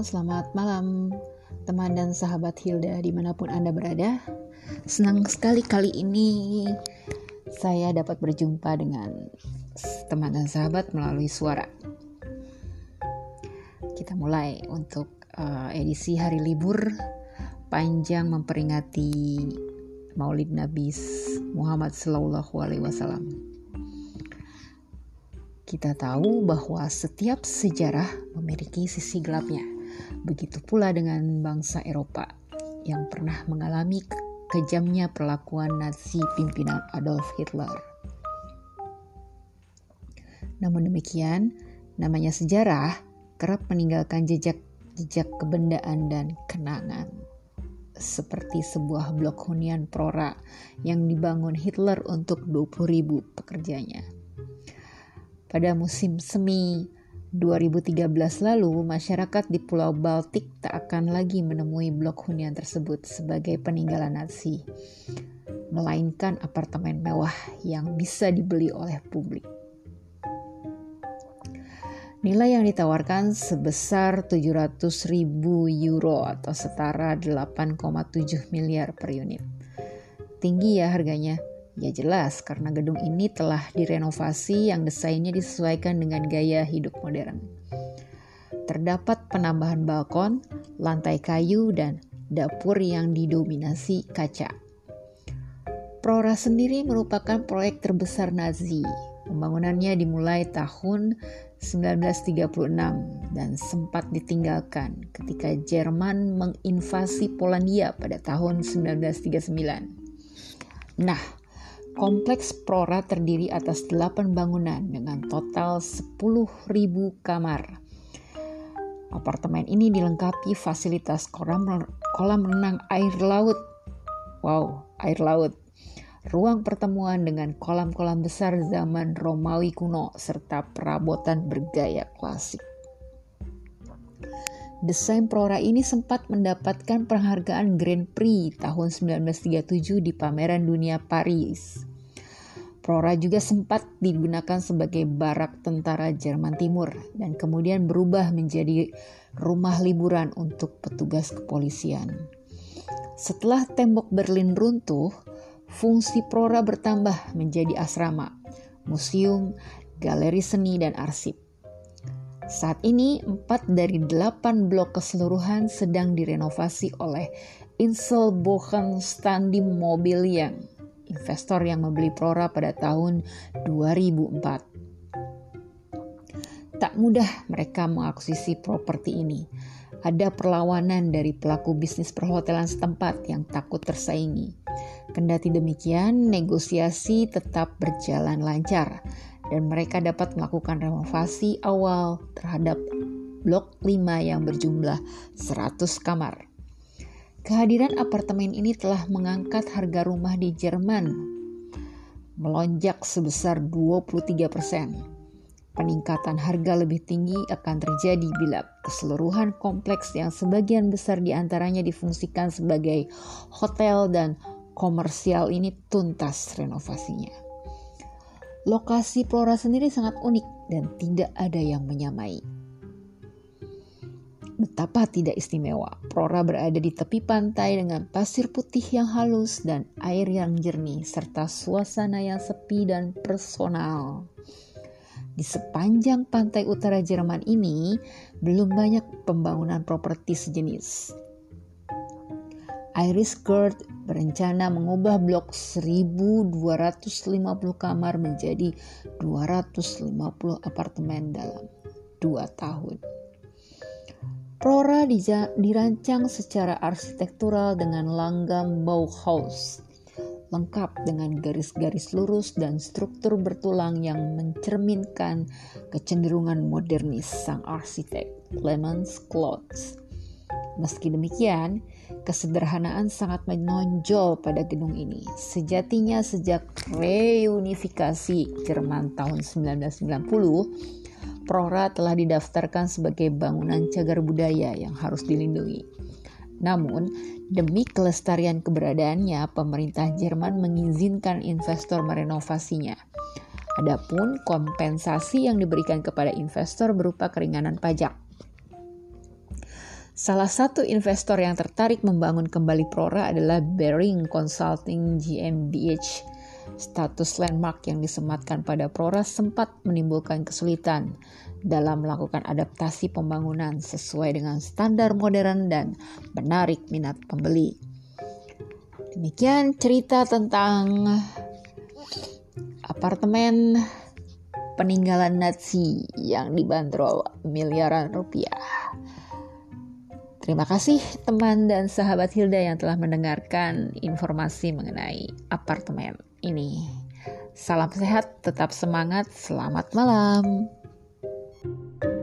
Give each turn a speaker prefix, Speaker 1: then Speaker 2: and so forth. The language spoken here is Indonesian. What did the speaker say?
Speaker 1: selamat malam teman dan sahabat Hilda dimanapun Anda berada. Senang sekali kali ini saya dapat berjumpa dengan teman dan sahabat melalui suara. Kita mulai untuk edisi hari libur panjang memperingati Maulid Nabi Muhammad SAW. Kita tahu bahwa setiap sejarah memiliki sisi gelapnya. Begitu pula dengan bangsa Eropa yang pernah mengalami kejamnya perlakuan Nazi pimpinan Adolf Hitler. Namun demikian, namanya sejarah kerap meninggalkan jejak kebendaan dan kenangan. Seperti sebuah blok hunian Prora yang dibangun Hitler untuk 20.000 pekerjanya. Pada musim semi 2013 lalu, masyarakat di Pulau Baltik tak akan lagi menemui blok hunian tersebut sebagai peninggalan Nazi, melainkan apartemen mewah yang bisa dibeli oleh publik. Nilai yang ditawarkan sebesar 700.000 euro atau setara 8,7 miliar per unit. Tinggi ya harganya. Ya jelas, karena gedung ini telah direnovasi yang desainnya disesuaikan dengan gaya hidup modern. Terdapat penambahan balkon, lantai kayu, dan dapur yang didominasi kaca. Prora sendiri merupakan proyek terbesar Nazi. Pembangunannya dimulai tahun 1936 dan sempat ditinggalkan ketika Jerman menginvasi Polandia pada tahun 1939. Nah, kompleks Prora terdiri atas 8 bangunan dengan total 10.000 kamar. Apartemen ini dilengkapi fasilitas kolam renang air laut. Wow, air laut. Ruang pertemuan dengan kolam-kolam besar zaman Romawi kuno serta perabotan bergaya klasik. Desain Prora ini sempat mendapatkan penghargaan Grand Prix tahun 1937 di pameran dunia Paris. Prora juga sempat digunakan sebagai barak tentara Jerman Timur dan kemudian berubah menjadi rumah liburan untuk petugas kepolisian. Setelah tembok Berlin runtuh, fungsi Prora bertambah menjadi asrama, museum, galeri seni, dan arsip. Saat ini 4 dari 8 blok keseluruhan sedang direnovasi oleh Inselbochen Standim Mobilier, investor yang membeli Prora pada tahun 2004. Tak mudah mereka mengakuisisi properti ini. Ada perlawanan dari pelaku bisnis perhotelan setempat yang takut tersaingi. Kendati demikian, negosiasi tetap berjalan lancar dan mereka dapat melakukan renovasi awal terhadap blok 5 yang berjumlah 100 kamar. Kehadiran apartemen ini telah mengangkat harga rumah di Jerman melonjak sebesar 23%. Peningkatan harga lebih tinggi akan terjadi bila keseluruhan kompleks yang sebagian besar diantaranya difungsikan sebagai hotel dan komersial ini tuntas renovasinya. Lokasi Prora sendiri sangat unik dan tidak ada yang menyamai. Betapa tidak istimewa, Prora berada di tepi pantai dengan pasir putih yang halus dan air yang jernih serta suasana yang sepi dan personal. Di sepanjang pantai utara Jerman ini, belum banyak pembangunan properti sejenis. Iris Gerd berencana mengubah blok 1.250 kamar menjadi 250 apartemen dalam 2 tahun. Prora dirancang secara arsitektural dengan langgam Bauhaus, lengkap dengan garis-garis lurus dan struktur bertulang yang mencerminkan kecenderungan modernis sang arsitek Clemens Klotz. Meski demikian, kesederhanaan sangat menonjol pada gedung ini. Sejatinya sejak reunifikasi Jerman tahun 1990, Prora telah didaftarkan sebagai bangunan cagar budaya yang harus dilindungi. Namun, demi kelestarian keberadaannya, pemerintah Jerman mengizinkan investor merenovasinya. Adapun kompensasi yang diberikan kepada investor berupa keringanan pajak. Salah satu investor yang tertarik membangun kembali Prora adalah Baring Consulting GmbH. Status landmark yang disematkan pada Prora sempat menimbulkan kesulitan dalam melakukan adaptasi pembangunan sesuai dengan standar modern dan menarik minat pembeli. Demikian cerita tentang apartemen peninggalan Nazi yang dibanderol miliaran rupiah. Terima kasih teman dan sahabat Hilda yang telah mendengarkan informasi mengenai apartemen ini. Salam sehat, tetap semangat, selamat malam.